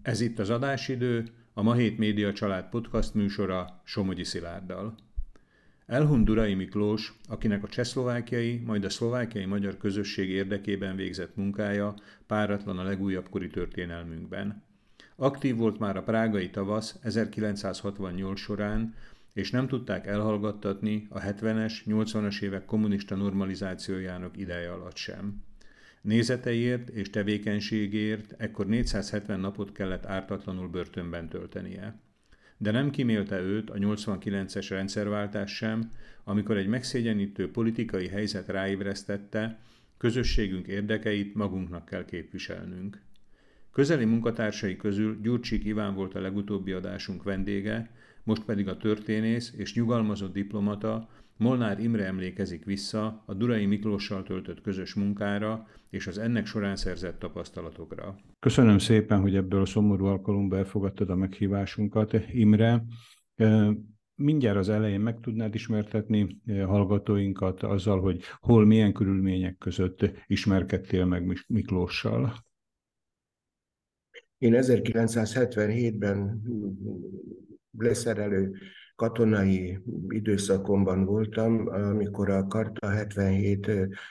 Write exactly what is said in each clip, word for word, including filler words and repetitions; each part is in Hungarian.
Ez itt az adásidő, a Ma Hét Média Család podcast műsora Somogyi Szilárddal. Elhunyt Durai Miklós, akinek a csehszlovákiai, majd a szlovákiai magyar közösség érdekében végzett munkája páratlan a legújabb kori történelmünkben. Aktív volt már a prágai tavasz ezerkilencszázhatvannyolc során, és nem tudták elhallgattatni a hetvenes, nyolcvanas évek kommunista normalizációjának ideje alatt sem. Nézeteiért és tevékenységért ekkor négyszázhetven napot kellett ártatlanul börtönben töltenie. De nem kímélte őt a nyolcvankilences rendszerváltás sem, amikor egy megszégyenítő politikai helyzet ráébresztette, közösségünk érdekeit magunknak kell képviselnünk. Közeli munkatársai közül Gyurcsik Iván volt a legutóbbi adásunk vendége, most pedig a történész és nyugalmazott diplomata Molnár Imre emlékezik vissza a Durai Miklóssal töltött közös munkára és az ennek során szerzett tapasztalatokra. Köszönöm szépen, hogy ebből a szomorú alkalomból elfogadtad a meghívásunkat, Imre. Mindjárt az elején meg tudnád ismertetni hallgatóinkat azzal, hogy hol, milyen körülmények között ismerkedtél meg Miklóssal? Én ezerkilencszázhetvenhétben leszerelő katonai időszakomban voltam, amikor a Karta hetvenhét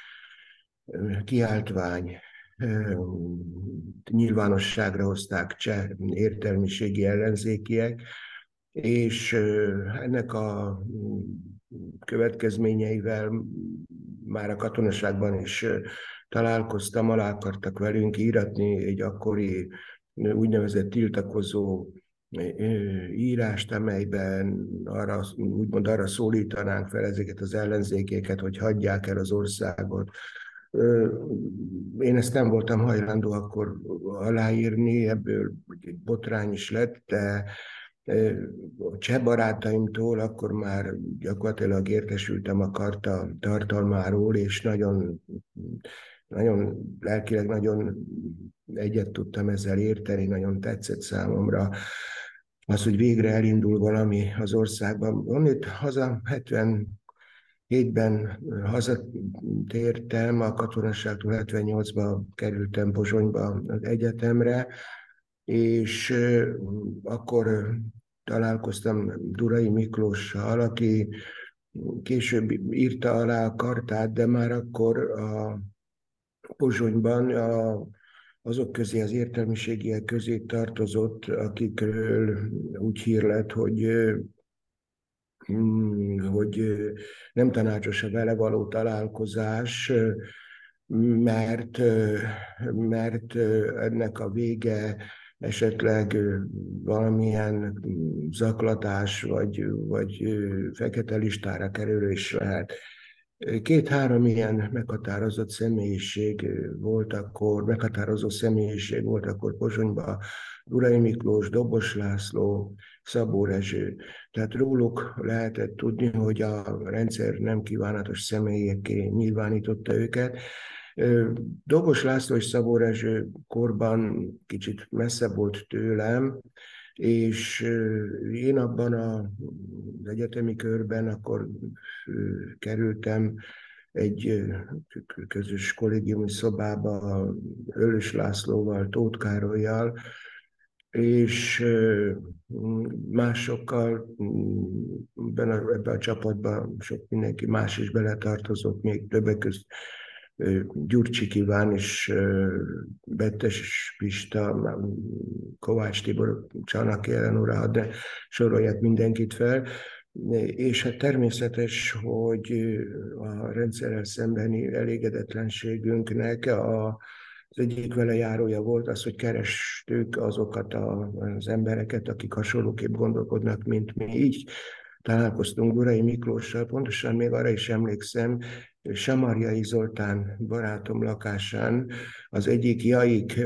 kiáltvány nyilvánosságra hozták cseh értelmiségi ellenzékiek, és ennek a következményeivel már a katonaságban is találkoztam, alá akartak velünk íratni egy akkori úgynevezett tiltakozó írást, amelyben arra, úgymond arra szólítanánk fel ezeket az ellenzékeket, hogy hagyják el az országot. Én ezt nem voltam hajlandó akkor aláírni, ebből egy botrány is lett, de a cseh barátaimtól akkor már gyakorlatilag értesültem a karta tartalmáról, és nagyon, nagyon lelkileg nagyon egyet tudtam ezzel érteni, nagyon tetszett számomra az, hogy végre elindul valami az országban. Onnét haza hetvenhétben hazatértem, a katonaságtól hetvennyolcban kerültem Pozsonyba az egyetemre, és akkor találkoztam Durai Miklóssal, aki később írta alá a kartát, de már akkor a Pozsonyban a, azok közé, az értelmiségiek közé tartozott, akikről úgy hír lett, hogy, hogy nem tanácsos a vele való találkozás, mert, mert ennek a vége esetleg valamilyen zaklatás vagy, vagy fekete listára kerülés lehet. Két-három ilyen meghatározott személyiség volt akkor, meghatározó személyiség volt akkor Pozsonyban, Durai Miklós, Dobos László, Szabó Rezső. Tehát róluk lehetett tudni, hogy a rendszer nem kívánatos személyekké nyilvánította őket. Dobos László és Szabó Rezső korban kicsit messzebb volt tőlem, és én abban az egyetemi körben akkor kerültem egy közös kollégiumi szobába Öllös Lászlóval, Tóth Károllyal, és másokkal ebben a, ebben a csapatban sok mindenki más is beletartozott, még többek között Gyurcsik Iván és Bettes Pista, Kovács Tibor, Csanaki Eleonora, de sorolják mindenkit fel. És hát természetes, hogy a rendszerrel szembeni elégedetlenségünknek a, az egyik vele járója volt az, hogy kerestük azokat az embereket, akik hasonlóképp gondolkodnak, mint mi. Így találkoztunk Durai Miklóssal, pontosan még arra is emlékszem, Samarjai Zoltán barátom lakásán az egyik Jaik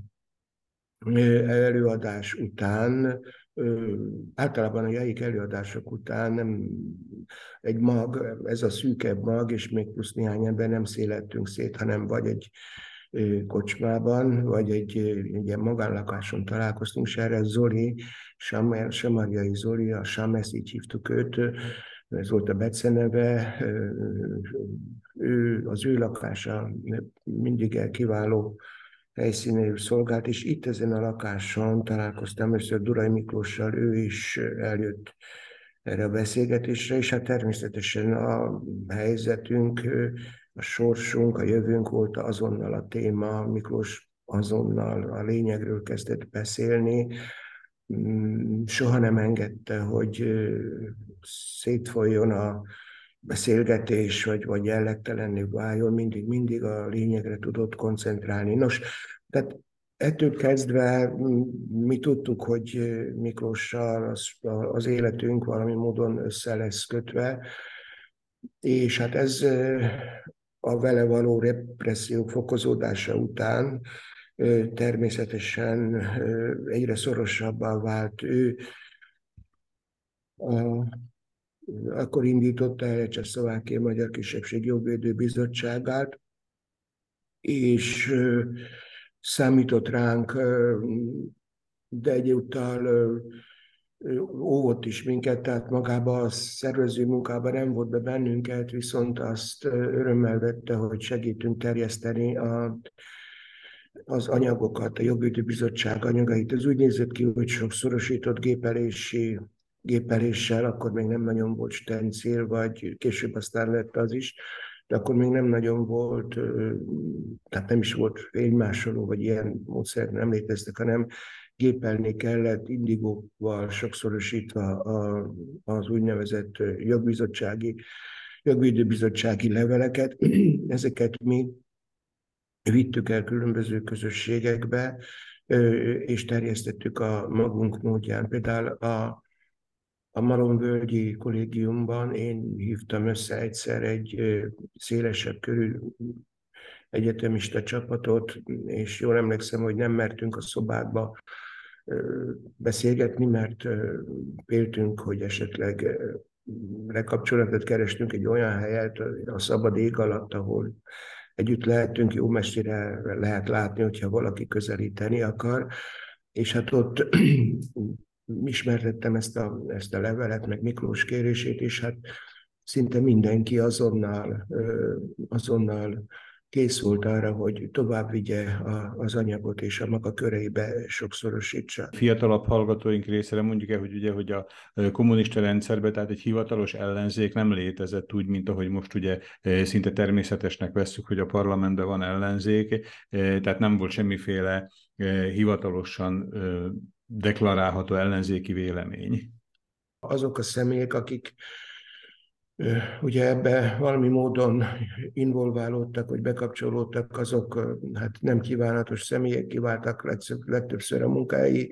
előadás után, általában a Jaik előadások után nem egy mag, ez a szűkebb mag, és még plusz néhány ember nem szélettünk szét, hanem vagy egy kocsmában, vagy egy, egy ilyen magánlakáson találkoztunk, és erre Zoli, Samarjai Zoli, a Sámesz, így hívtuk őt, ez volt a beceneve, ő, az ő lakása mindig kiváló helyszínéül szolgált, és itt ezen a lakáson találkoztam először Durai Miklóssal, ő is eljött erre a beszélgetésre, és hát természetesen a helyzetünk, a sorsunk, a jövőnk volt azonnal a téma. Miklós azonnal a lényegről kezdett beszélni, soha nem engedte, hogy szétfolyjon a beszélgetés, vagy, vagy jellegtelenné váljon, mindig, mindig a lényegre tudott koncentrálni. Nos, tehát ettől kezdve mi tudtuk, hogy Miklóssal az, az életünk valami módon össze lesz kötve, és hát ez a vele való represszió fokozódása után természetesen egyre szorosabbá vált. Ő a, akkor indította el a Csehszlovákia Magyar Kisebbség Jogvédő Bizottságát, és számított ránk, de egyúttal óvott is minket, tehát magába a szervező munkában nem volt be bennünket, viszont azt örömmel vette, hogy segítünk terjeszteni a, az anyagokat, a Jogvédő Bizottság anyagait. Ez úgy nézett ki, hogy sokszorosított gépelési, gépeléssel, akkor még nem nagyon volt stencél, vagy később aztán lett az is, de akkor még nem nagyon volt, tehát nem is volt fénymásoló, vagy ilyen módszer nem léteztek, hanem gépelni kellett indigóval sokszorosítva az úgynevezett jogbizottsági, jogvédőbizottsági leveleket. Ezeket mi vittük el különböző közösségekbe, és terjesztettük a magunk módján. Például a A Malomvölgyi Kollégiumban én hívtam össze egyszer egy szélesebb körű egyetemista csapatot, és jól emlékszem, hogy nem mertünk a szobákba beszélgetni, mert féltünk, hogy esetleg lekapcsolatot kerestünk egy olyan helyet a szabad ég alatt, ahol együtt lehetünk, jó messzire lehet látni, hogyha valaki közelíteni akar, és hát ott ismertettem ezt a, ezt a levelet, meg Miklós kérését, és hát szinte mindenki azonnal, azonnal kész volt arra, hogy tovább vigye a, az anyagot és a maga köreibe sokszorosítsa. Fiatalabb hallgatóink részére mondjuk el, hogy ugye, hogy a kommunista rendszerben, tehát egy hivatalos ellenzék nem létezett úgy, mint ahogy most ugye szinte természetesnek vesszük, hogy a parlamentben van ellenzék, tehát nem volt semmiféle hivatalosan deklarálható ellenzéki vélemény. Azok a személyek, akik ugye ebbe valami módon involválódtak, vagy bekapcsolódtak, azok hát nem kívánatos személyek, kiváltak legtöbbször a munkahelyi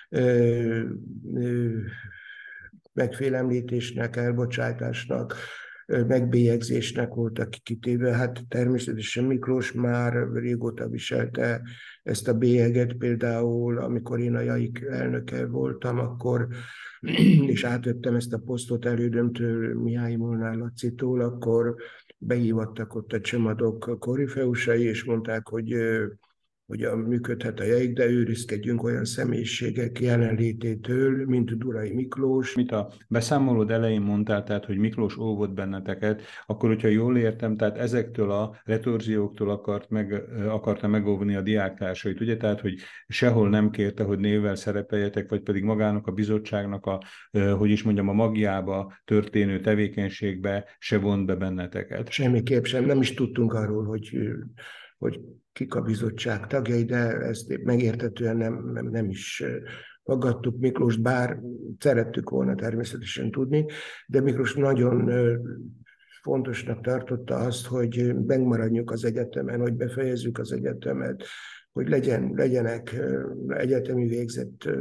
megfélemlítésnek, elbocsátásnak, megbélyegzésnek voltak kitéve. Hát természetesen Miklós már régóta viselte ezt a bélyeget, például amikor én a JAIK elnöke voltam, akkor és átvettem ezt a posztot elődömtől, Mihály Molnár Lacitól, akkor behívattak ott a csemadok korifeusai, és mondták, hogy hogy működhet a JAIK, de őrizkedjünk olyan személyiségek jelenlététől, mint Durai Miklós. Mit a beszámolód elején mondtál, tehát, hogy Miklós óvott benneteket, akkor, hogyha jól értem, tehát ezektől a retorzióktól akart meg, akarta megóvni a diáktársait, ugye? Tehát, hogy sehol nem kérte, hogy névvel szerepeljetek, vagy pedig magának a bizottságnak a, hogy is mondjam, a magjába történő tevékenységbe se vont be benneteket. Semmiképp sem, nem is tudtunk arról, hogy hogy kik a bizottság tagjai, de ezt megértetően nem, nem, nem is fogadtuk Miklóst, bár szerettük volna természetesen tudni, de Miklós nagyon fontosnak tartotta azt, hogy megmaradjunk az egyetemen, hogy befejezzük az egyetemet, hogy legyen, legyenek egyetemi végzett,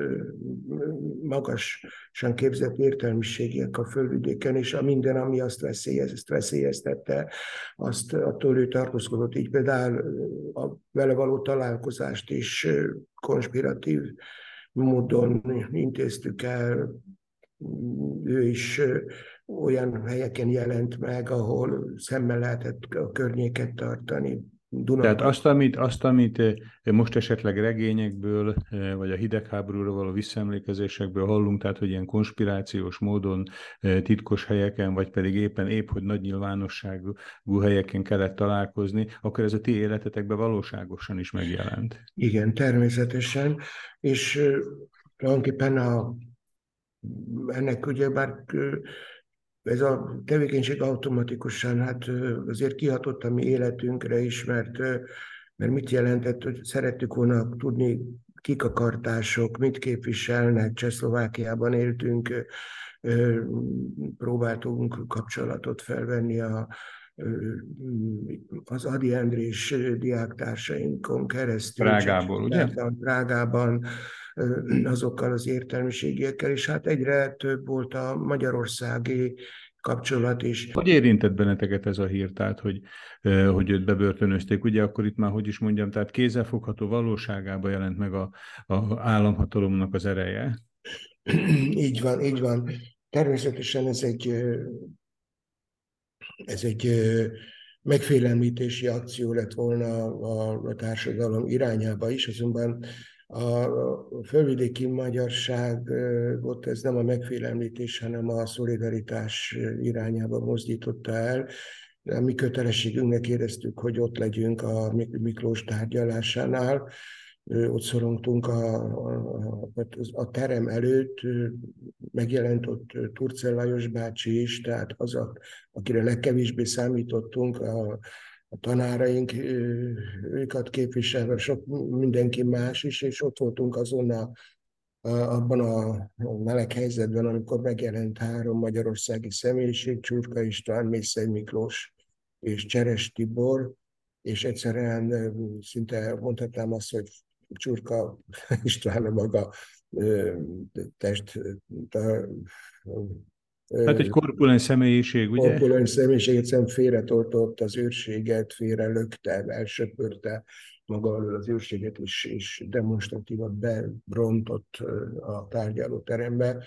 magasan képzett értelmiségiek a Földvidéken, és a minden, ami azt veszélyez, ezt veszélyeztette, azt attól ő tartózkodott. Így például a vele való találkozást is konspiratív módon intéztük el. Ő is olyan helyeken jelent meg, ahol szemmel lehetett a környéket tartani. Tehát Dunakap. azt, amit, azt, amit eh, most esetleg regényekből, eh, vagy a hidegháborúra való visszaemlékezésekből hallunk, tehát hogy ilyen konspirációs módon eh, titkos helyeken, vagy pedig éppen épp, hogy nagy nyilvánosságú helyeken kellett találkozni, akkor ez a ti életetekben valóságosan is megjelent. Igen, természetesen, és ö, tulajdonképpen a, ennek ugye bár ö, ez a tevékenység automatikusan hát ö, azért kihatott a mi életünkre is, mert, ö, mert mit jelentett, hogy szerettük volna tudni, kik a kartások, mit képviselnek, Csehszlovákiában éltünk, ö, ö, próbáltunk kapcsolatot felvenni a, ö, az Ady Endrés diáktársainkon keresztül, Prágából, ugye? Csehszlovákiában, Prágában, azokkal az értelmiségiekkel, és hát egyre több volt a magyarországi kapcsolat is. Hogy érintett benneteket ez a hír, tehát hogy, eh, hogy őt bebörtönözték? Ugye akkor itt már, hogy is mondjam, tehát kézzelfogható valóságában jelent meg a, a államhatalomnak az ereje. Így van, így van. Természetesen ez egy, ez egy megfélemlítési akció lett volna a, a társadalom irányába is, azonban a fölvidéki magyarságot ez nem a megfélemlítés, hanem a szolidaritás irányába mozdította el. A mi kötelességünknek éreztük, hogy ott legyünk a Miklós tárgyalásánál, ott szorongtunk a, a, a terem előtt, megjelent ott Turcel Lajos bácsi is, tehát az, a, akire legkevésbé számítottunk, a, a tanáraink, őket képviselve, sok mindenki más is, és ott voltunk azon a, a, abban a meleg helyzetben, amikor megjelent három magyarországi személyiség, Csurka István, Mészei Miklós és Cseres Tibor, és egyszerűen szinte mondhatnám azt, hogy Csurka István a maga ö, test, Tehát egy korpulens személyiség, ugye? korpulens személyiség egyszerűen félretortott az őrséget, félrelökte, elsöpörte maga alól az őrséget, és, és demonstratívan bebrontott a tárgyalóterembe.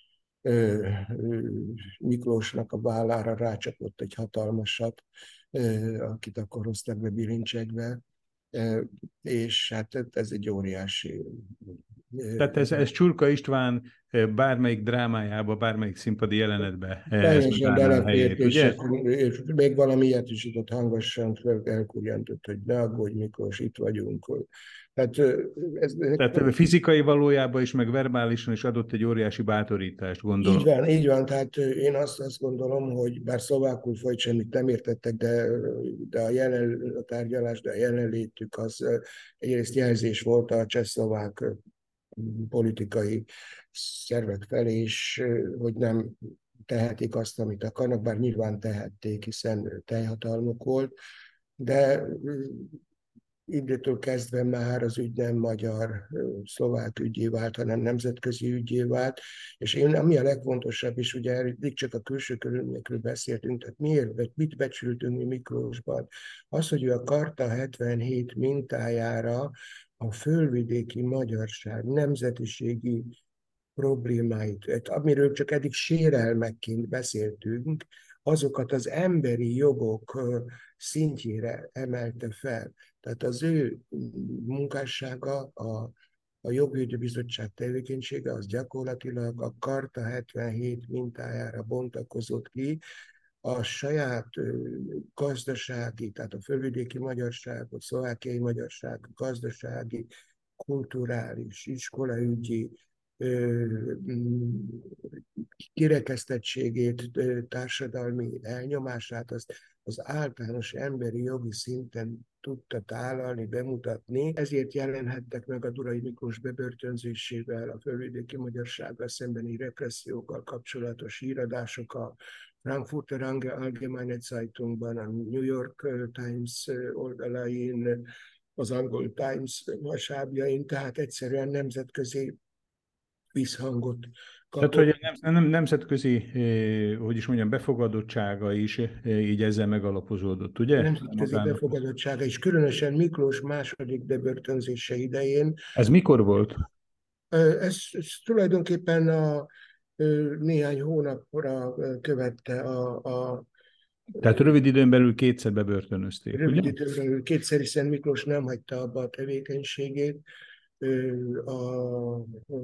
Miklósnak a vállára rácsapott egy hatalmasat, akit akkor hoztak be bilincsekbe, és hát ez egy óriási. Tehát ez, ez Csurka István eh, bármelyik drámájába, bármelyik színpadi jelenetbe eh, ez Teljesen megállná a belefért, helyét, és ugye? akkor és még valami ilyet is itt hangosan fel elkurjantott, hogy ne aggódj, Miklós, itt vagyunk. Tehát ez, Tehát fizikai valójában is, meg verbálisan is adott egy óriási bátorítást, így gondolom. van, így van, tehát én azt, azt gondolom, hogy bár szlovákul folyt, semmit nem értettek, de, de a, jelen, a tárgyalás, de a jelenlétük az egyrészt jelzés volt a csehszlovák politikai szervek felé is, hogy nem tehetik azt, amit akarnak, bár nyilván tehették, hiszen teljhatalmuk volt, de időtől kezdve már az ügy nem magyar, szlovák ügyé vált, hanem nemzetközi ügyé vált, és én, ami a legfontosabb is, ugye eddig csak a külső körülményekről beszéltünk, tehát miért, vagy mit becsültünk mi Miklósban? Az, hogy ő a Karta hetvenhét mintájára a fölvidéki magyarság nemzetiségi problémáit, amiről csak eddig sérelmekként beszéltünk, azokat az emberi jogok szintjére emelte fel. Tehát az ő munkássága, a, a Jogvédő Bizottság tevékenysége, az gyakorlatilag a Karta hetvenhét mintájára bontakozott ki, a saját gazdasági, tehát a fölvidéki magyarság, a szlovákiai magyarság, gazdasági, kulturális, iskolaügyi, kirekesztettségét, társadalmi elnyomását, azt az általános emberi jogi szinten tudta tálalni, bemutatni. Ezért jelenhettek meg a Durai Miklós bebörtönzésével, a fölvidéki magyarsággal szembeni repressziókkal kapcsolatos híradások a Frankfurter Allgemeine Zeitungban, a New York Times oldalain, az Angol Times hasábjain, tehát egyszerűen nemzetközi visszhangot Tehát, hogy kapott. a nem, nem, nemzetközi, eh, hogy is mondjam, befogadottsága is eh, így ezzel megalapozódott, A ugye? nemzetközi Magának. befogadottsága, és különösen Miklós második bebörtönzése idején. Ez mikor volt? Ez, ez tulajdonképpen a, néhány hónapra követte a, a Tehát rövid időn belül kétszer bebörtönözték, ugye? Rövid időn belül kétszer, hiszen Miklós nem hagyta abba a tevékenységét. Ő a,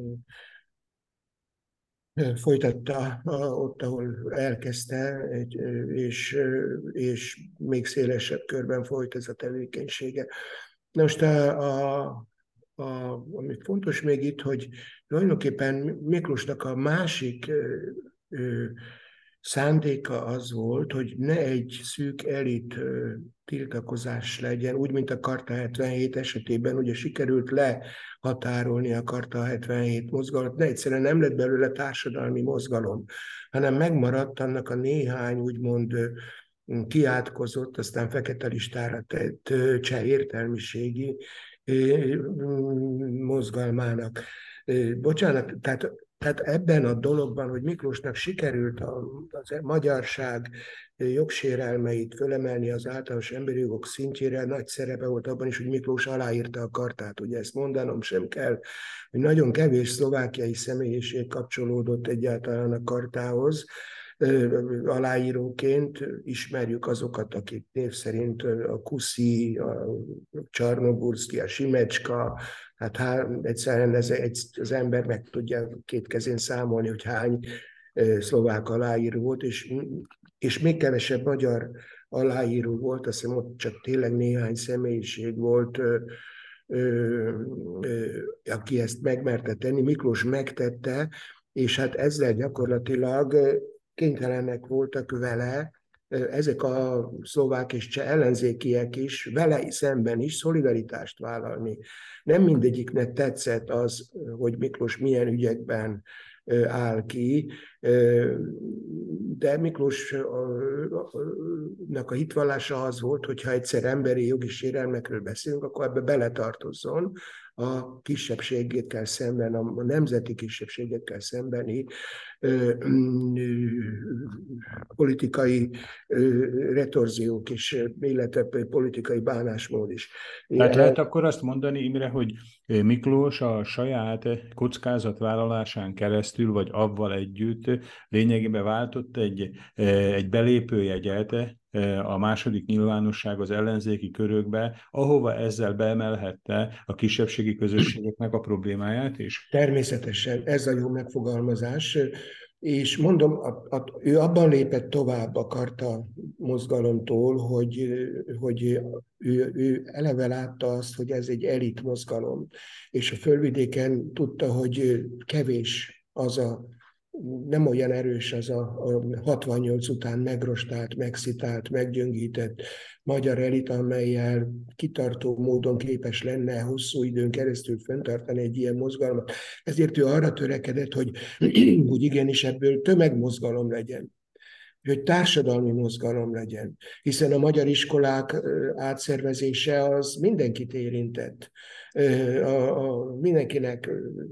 folytatta ott, ahol elkezdte, egy, és, és még szélesebb körben folyt ez a tevékenysége. Na most a, a, a, ami fontos még itt, hogy tulajdonképpen Miklósnak a másik ö, ö, szándéka az volt, hogy ne egy szűk elit ö, tiltakozás legyen, úgy, mint a Karta hetvenhét esetében, ugye sikerült lehatárolni a Karta hetvenhét mozgalmat, de egyszerűen nem lett belőle társadalmi mozgalom, hanem megmaradt annak a néhány úgymond ö, kiátkozott, aztán fekete listára tett ö, cseh értelmiségi ö, mozgalmának. Ö, Bocsánat, tehát tehát ebben a dologban, hogy Miklósnak sikerült a, a magyarság jogsérelmeit fölemelni az általános emberi jogok szintjére, nagy szerepe volt abban is, hogy Miklós aláírta a kartát. Ugye ezt mondanom sem kell, hogy nagyon kevés szlovákiai személyiség kapcsolódott egyáltalán a kartához. Aláíróként ismerjük azokat, akik név szerint a Kuszi, a Csarnogurszki, a Simecska, hát há, egyszerűen ez, egy, az ember meg tudja két kezén számolni, hogy hány szlovák aláíró volt, és, és még kevesebb magyar aláíró volt, azt hiszem ott csak tényleg néhány személyiség volt, ö, ö, ö, aki ezt megmerte tenni. Miklós megtette, és hát ezzel gyakorlatilag kénytelenek voltak vele, ezek a szlovák és cseh ellenzékiek is vele szemben is szolidaritást vállalni. Nem mindegyiknek tetszett az, hogy Miklós milyen ügyekben áll ki, de Miklósnak a hitvallása az volt, hogy ha egyszer emberi jogi sérelmekről beszélünk, akkor ebbe beletartozzon a kisebbségekkel szemben, a nemzeti kisebbségekkel szembeni politikai retorziók is, illetve politikai bánásmód is. Tehát lehet akkor azt mondani, Imre, hogy Miklós a saját kockázatvállalásán keresztül, vagy avval együtt lényegében váltott egy, egy belépőjegyet a második nyilvánosság az ellenzéki körökbe, ahova ezzel beemelhette a kisebbségi közösségeknek a problémáját is? Természetesen, ez a jó megfogalmazás. És mondom, a, a, ő abban lépett tovább a karta mozgalomtól, hogy, hogy ő, ő eleve látta azt, hogy ez egy elit mozgalom, és a Fölvidéken tudta, hogy kevés az a, nem olyan erős az a, a hatvannyolc után megrostált, megszitált, meggyöngített magyar elit, amellyel kitartó módon képes lenne hosszú időn keresztül fenntartani egy ilyen mozgalmat. Ezért ő arra törekedett, hogy, hogy igenis ebből tömegmozgalom legyen, hogy társadalmi mozgalom legyen, hiszen a magyar iskolák átszervezése az mindenkit érintett. A, a, mindenkinek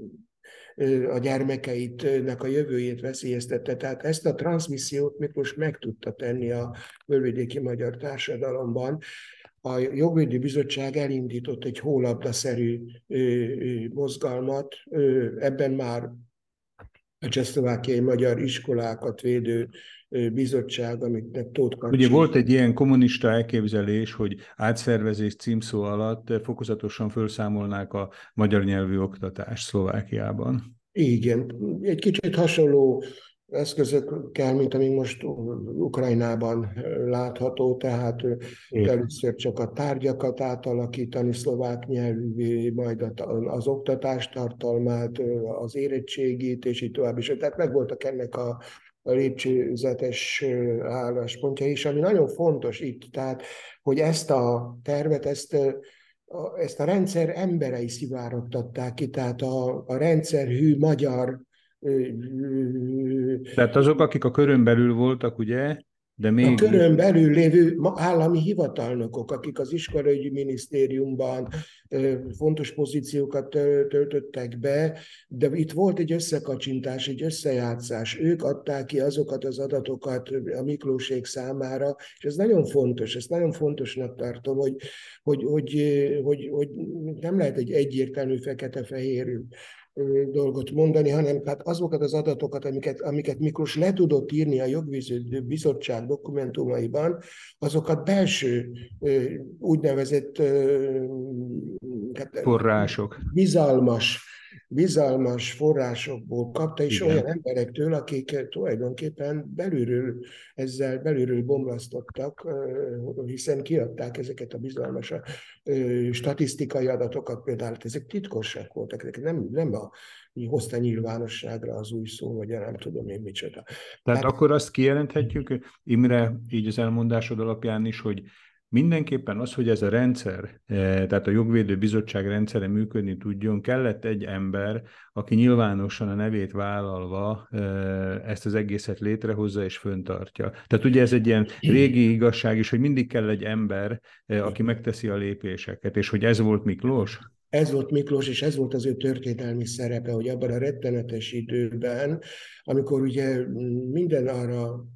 a gyermekeitnek a jövőjét veszélyeztette. Tehát ezt a transzmissziót Miklós meg tudta tenni a fölvidéki magyar társadalomban. A Jogvédő Bizottság elindított egy hólabdaszerű mozgalmat, ebben már a csehszlovákiai magyar iskolákat védő bizottság, amiknek Tóth Karcsi... Ugye volt egy ilyen kommunista elképzelés, hogy átszervezés címszó alatt fokozatosan felszámolnák a magyar nyelvű oktatást Szlovákiában. Igen, egy kicsit hasonló eszközökkel, mint amik most Ukrajnában látható, tehát Értem. először csak a tárgyakat átalakítani szlovák nyelvűvé, majd az oktatás tartalmát, az érettségit, és így tovább is. Tehát megvoltak ennek a, a lépcsőzetes álláspontja is, ami nagyon fontos itt, tehát, hogy ezt a tervet, ezt ezt a rendszer emberei szivárogtatták ki, tehát a, a rendszer hű magyar... Tehát azok, akik a körön belül voltak, ugye, de még... A körön belül lévő állami hivatalnokok, akik az iskolaügyi minisztériumban fontos pozíciókat töltöttek be, de itt volt egy összekacsintás, egy összejátszás. Ők adták ki azokat az adatokat a Miklósék számára, és ez nagyon fontos, ezt nagyon fontosnak tartom, hogy, hogy, hogy, hogy, hogy nem lehet egy egyértelmű fekete-fehér dolgot mondani, hanem hát azokat az adatokat, amiket, amiket Miklós le tudott írni a Jogvédő Bizottság dokumentumaiban, azokat belső úgynevezett hát, Források. bizalmas, bizalmas forrásokból kapta, és Igen. olyan emberektől, akik tulajdonképpen belülről, ezzel belülről bomlasztottak, hiszen kiadták ezeket a bizalmas statisztikai adatokat, például ezek titkosak voltak, ezek nem, nem a, hozta nyilvánosságra az új szó, vagy nem tudom én micsoda. Tehát, Tehát akkor azt kijelenthetjük, Imre, így az elmondásod alapján is, hogy mindenképpen az, hogy ez a rendszer, tehát a Jogvédő Bizottság rendszere működni tudjon, kellett egy ember, aki nyilvánosan a nevét vállalva ezt az egészet létrehozza és föntartja. Tehát ugye ez egy ilyen régi igazság is, hogy mindig kell egy ember, aki megteszi a lépéseket, és hogy ez volt Miklós? Ez volt Miklós, és ez volt az ő történelmi szerepe, hogy abban a rettenetes időben, amikor ugye minden arra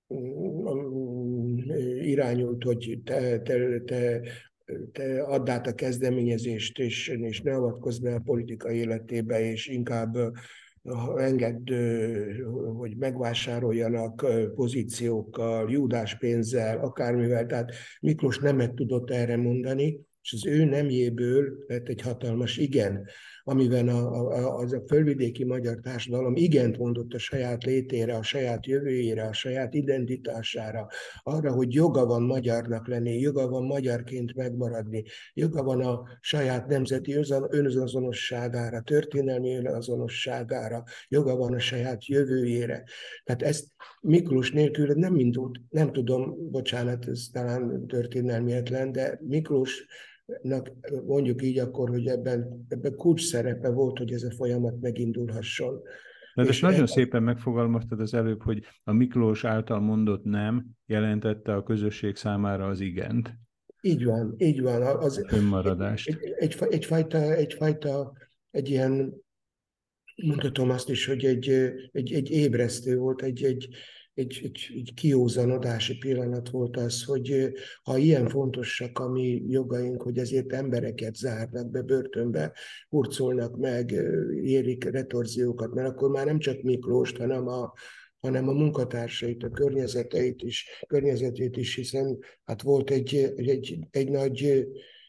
irányult, hogy te, te, te, te add át a kezdeményezést, és, és ne avatkozz be a politikai életébe, és inkább engedd, hogy megvásároljanak pozíciókkal, judáspénzzel, akármivel. Tehát Miklós nemet tudott erre mondani, és az ő nemjéből lett egy hatalmas igen, amiben a, a, az a fölvidéki magyar társadalom igent mondott a saját létére, a saját jövőjére, a saját identitására, arra, hogy joga van magyarnak lenni, joga van magyarként megmaradni, joga van a saját nemzeti önazonosságára, történelmi önazonosságára, joga van a saját jövőjére. Tehát ezt Miklós nélkül nem indult, nem tudom, bocsánat, ez talán történelmietlen, de Miklós mondjuk így akkor, hogy ebben, ebben kulcs szerepe volt, hogy ez a folyamat megindulhasson. De ezt És nagyon e... szépen megfogalmaztad az előbb, hogy a Miklós által mondott nem jelentette a közösség számára az igent. Így van, így van. Az, a fönnmaradást. egy, egy, egyfajta, egyfajta, egy ilyen, mondhatom azt is, hogy egy, egy, egy ébresztő volt, egy, egy, egy, egy, egy kiózanodási pillanat volt az, hogy ha ilyen fontosak a mi jogaink, hogy ezért embereket zárnak be börtönbe, hurcolnak meg, érik retorziókat, mert akkor már nem csak Miklóst, hanem a, hanem a munkatársait, a környezeteit is, környezetét is, hiszen hát volt egy, egy, egy nagy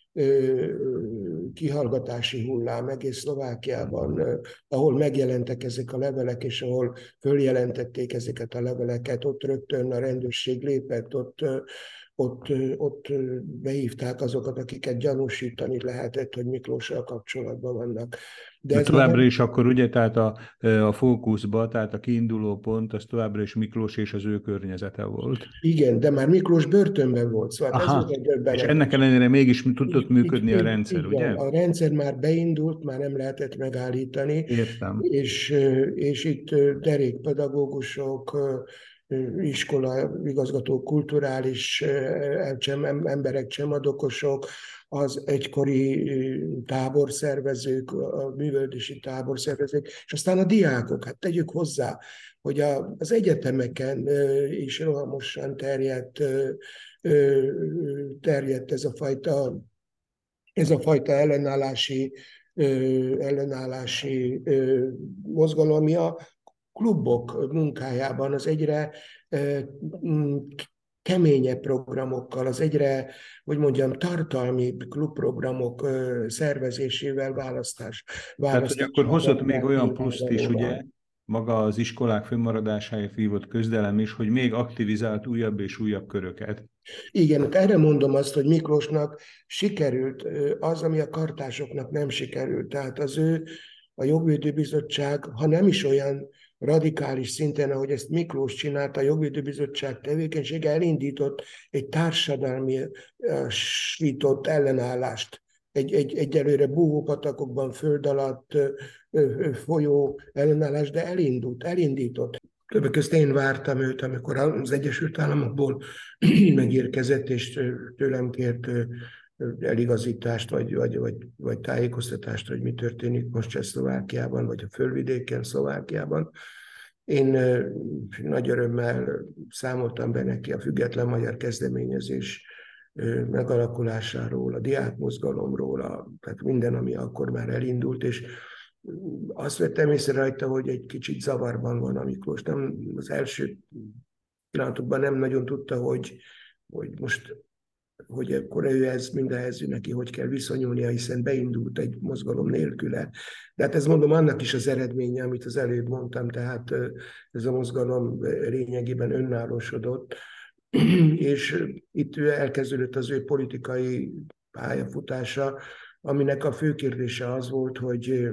kihallgatási hullám egész Szlovákiában, ahol megjelentek ezek a levelek, és ahol följelentették ezeket a leveleket, ott rögtön a rendőrség lépett, ott, ott, ott behívták azokat, akiket gyanúsítani lehetett, hogy Miklóssal kapcsolatban vannak. De, De továbbra már... is akkor ugye, tehát a, a fókuszba, tehát a kiinduló pont, az továbbra is Miklós és az ő környezete volt. Igen, de már Miklós börtönben volt, szóval Aha, ez volt egy döbbenet. És ennek ellenére mégis tudott így, működni így, a rendszer, így ugye? Van. A rendszer már beindult, már nem lehetett megállítani. Értem. És, és itt derékpedagógusok, iskola igazgatók, kulturális emberek, csemadokosok, az egykori táborszervezők, a művelődési táborszervezők, és aztán a diákok. Hát tegyük hozzá, hogy a, az egyetemeken is rohamosan terjedt, terjedt ez a fajta, ez a fajta ellenállási, ellenállási mozgalom, ami a klubok munkájában az egyre keményebb programokkal, az egyre, hogy mondjam, tartalmi klubprogramok szervezésével választás. Tehát, hogy akkor hozott még olyan pluszt is, ugye, maga az iskolák fönnmaradásáért vívott közdelem is, hogy még aktivizált újabb és újabb köröket. Igen, erre mondom azt, hogy Miklósnak sikerült az, ami a kartásoknak nem sikerült. Tehát az ő, a Jogvédőbizottság, ha nem is olyan radikális szinten, ahogy ezt Miklós csinálta, a Jogvédőbizottság tevékenysége elindított egy társadalmi sított ellenállást. Egy, egy, egyelőre búvópatakokban föld alatt folyó ellenállás, de elindult, elindított. Többek között én vártam őt, amikor az Egyesült Államokból megérkezett, és tőlem kért eligazítást, vagy, vagy, vagy, vagy tájékoztatást, hogy mi történik most Csehszlovákiában, vagy a fölvidéken, Szlovákiában. Én nagy örömmel számoltam be neki a független magyar kezdeményezés megalakulásáról, a diákmozgalomról, a, tehát minden, ami akkor már elindult, és azt vettem észre rajta, hogy egy kicsit zavarban van a Miklós. Nem, az első pillanatokban nem nagyon tudta, hogy, hogy most hogy akkor ő ez mindenhez neki hogy kell viszonyulnia, hiszen beindult egy mozgalom nélküle. De hát ez mondom annak is az eredménye, amit az előbb mondtam, tehát ez a mozgalom lényegében önállósodott, és itt elkezdődött az ő politikai pályafutása, aminek a fő kérdése az volt, hogy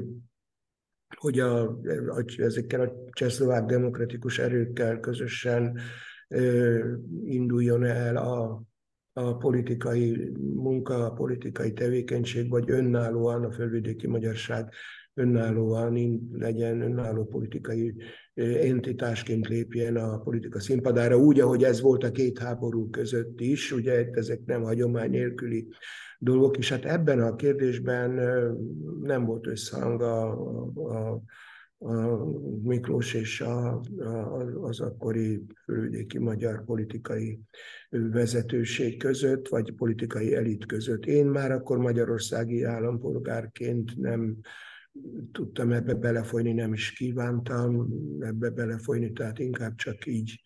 hogy a, a, ezekkel a csehszlovák demokratikus erőkkel közösen ö, induljon el a, a politikai munka, a politikai tevékenység, vagy önállóan a földvidéki magyarság önállóan legyen, önálló politikai entitásként lépjen a politika színpadára, úgy, ahogy ez volt a két háború között is, ugye ezek nem hagyomány nélküli dolgok, és hát ebben a kérdésben nem volt összhang a, a, a Miklós és a, a, az akkori fölvidéki magyar politikai vezetőség között, vagy politikai elit között. Én már akkor magyarországi állampolgárként nem tudtam ebbe belefolyni, nem is kívántam ebbe belefolyni, tehát inkább csak így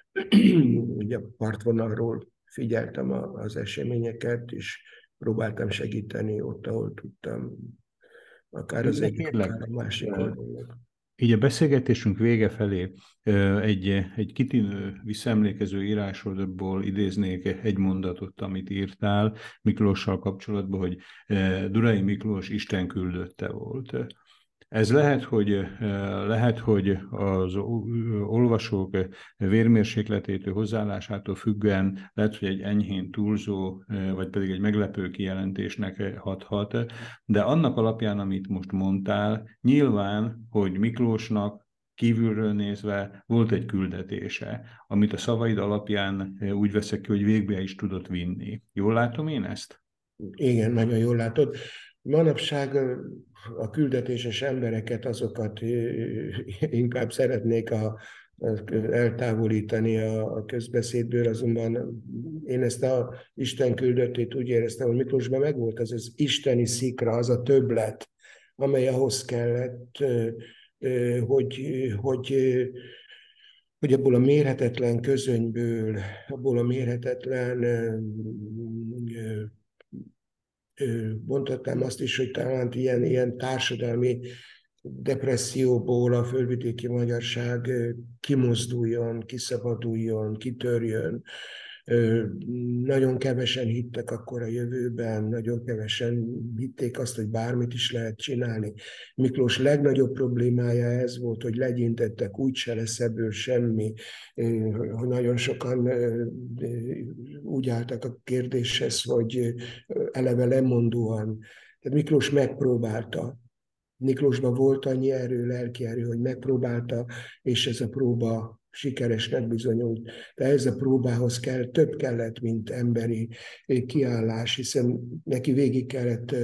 ugye partvonalról figyeltem az eseményeket, és próbáltam segíteni ott, ahol tudtam, akár az egyik, Kérlek, akár a másik oldalon. Így a beszélgetésünk vége felé egy, egy kitűnő visszaemlékező írásodból idéznék egy mondatot, amit írtál Miklóssal kapcsolatban, hogy Durai Miklós Isten küldötte volt. Ez lehet, hogy, lehet, hogy az olvasók vérmérsékletétől, hozzáállásától függően lehet, hogy egy enyhén túlzó, vagy pedig egy meglepő kijelentésnek hathat, de annak alapján, amit most mondtál, nyilván, hogy Miklósnak kívülről nézve volt egy küldetése, amit a szavaid alapján úgy veszek ki, hogy végbe is tudott vinni. Jól látom én ezt? Igen, nagyon jól látod. Manapság a küldetéses embereket, azokat inkább szeretnék a, eltávolítani a, a közbeszédből, azonban én ezt a Isten küldöttét úgy éreztem, hogy Miklósban megvolt az az isteni szikra, az a többlet, amely ahhoz kellett, hogy, hogy, hogy abból a mérhetetlen közönyből, abból a mérhetetlen mondhatnám azt is, hogy talán ilyen, ilyen társadalmi depresszióból a földvidéki magyarság kimozduljon, kiszabaduljon, kitörjön. Nagyon kevesen hittek akkor a jövőben, nagyon kevesen hitték azt, hogy bármit is lehet csinálni. Miklós legnagyobb problémája ez volt, hogy legyintettek, úgyse lesz ebből semmi. Nagyon sokan úgy álltak a kérdéshez, hogy eleve lemondóan. Tehát Miklós megpróbálta. Miklósban volt annyi erő, lelki erő, hogy megpróbálta, és ez a próba sikeresnek bizonyult. De ez a próbához kell, több kellett, mint emberi kiállás, hiszen neki végig kellett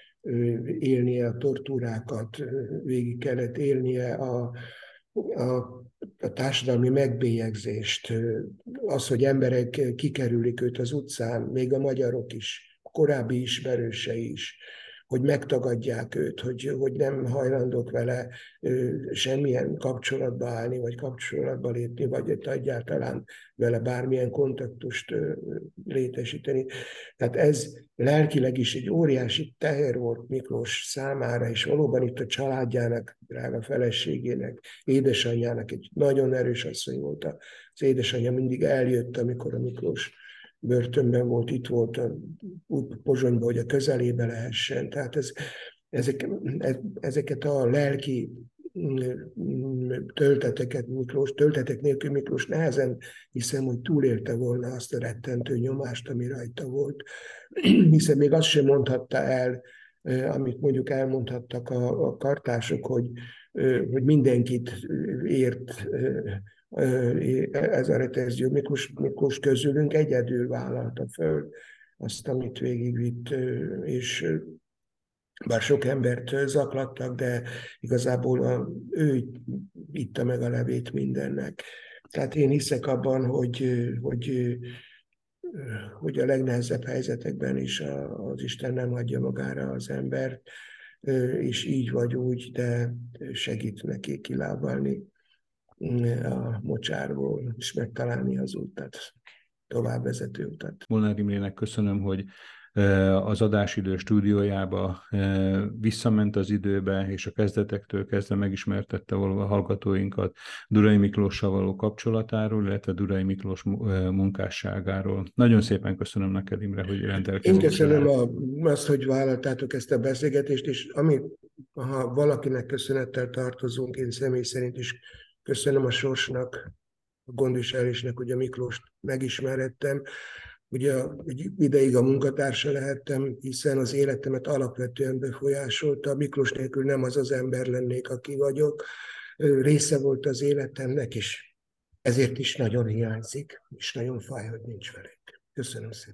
élnie a tortúrákat, végig kellett élnie a, a, a társadalmi megbélyegzést, az, hogy emberek kikerülik őt az utcán, még a magyarok is, a korábbi ismerősei is, hogy megtagadják őt, hogy, hogy nem hajlandók vele semmilyen kapcsolatba állni, vagy kapcsolatba lépni, vagy egyáltalán vele bármilyen kontaktust létesíteni. Tehát ez lelkileg is egy óriási teher volt Miklós számára, és valóban itt a családjának, drága feleségének, édesanyjának egy nagyon erős asszony volt. Az édesanyja mindig eljött, amikor a Miklós börtönben volt, itt volt a Pozsonyban, hogy a közelébe lehessen. Tehát ez, ezek, ezeket a lelki tölteteket Miklós, töltetek nélkül Miklós nehezen hiszem, hogy túlélte volna azt a rettentő nyomást, ami rajta volt. Hiszen még azt sem mondhatta el, amit mondjuk elmondhattak a, a kartások, hogy, hogy mindenkit ért ez a retenzió. Miklós, Miklós közülünk egyedül vállalta föl azt, amit végigvitt, és bár sok embert zaklattak, de igazából a, ő itta meg a levét mindennek. Tehát én hiszek abban, hogy, hogy, hogy a legnehezebb helyzetekben is az Isten nem hagyja magára az embert, és így vagy úgy, de segít neki kilábalni a mocsárból, és megtalálni az utat, tovább vezető utat. Molnár Imrének köszönöm, hogy az adásidő stúdiójába visszament az időbe, és a kezdetektől kezdve megismertette a hallgatóinkat Durai Miklóssal való kapcsolatáról, illetve Durai Miklós munkásságáról. Nagyon szépen köszönöm neked, Imre, hogy rendelkezésre. Én köszönöm a, azt, hogy vállaltátok ezt a beszélgetést, és ami, ha valakinek köszönettel tartozunk, én személy szerint is köszönöm a sorsnak, a gondviselésnek, hogy a Miklóst megismerettem. Ugye egy ideig a munkatársa lehettem, hiszen az életemet alapvetően befolyásolta. Miklós nélkül nem az az ember lennék, aki vagyok. Része volt az életemnek, és ezért is nagyon hiányzik, és nagyon fáj, hogy nincs velünk. Köszönöm szépen.